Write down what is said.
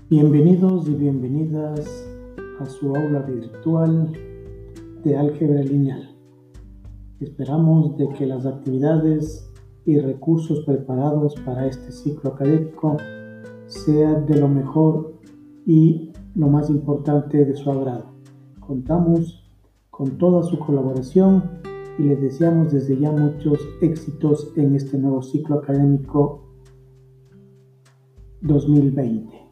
Bienvenidos y bienvenidas a su aula virtual de álgebra lineal. Esperamos de que las actividades y recursos preparados para este ciclo académico sean de lo mejor y lo más importante de su agrado. Contamos con toda su colaboración y les deseamos desde ya muchos éxitos en este nuevo ciclo académico 2020.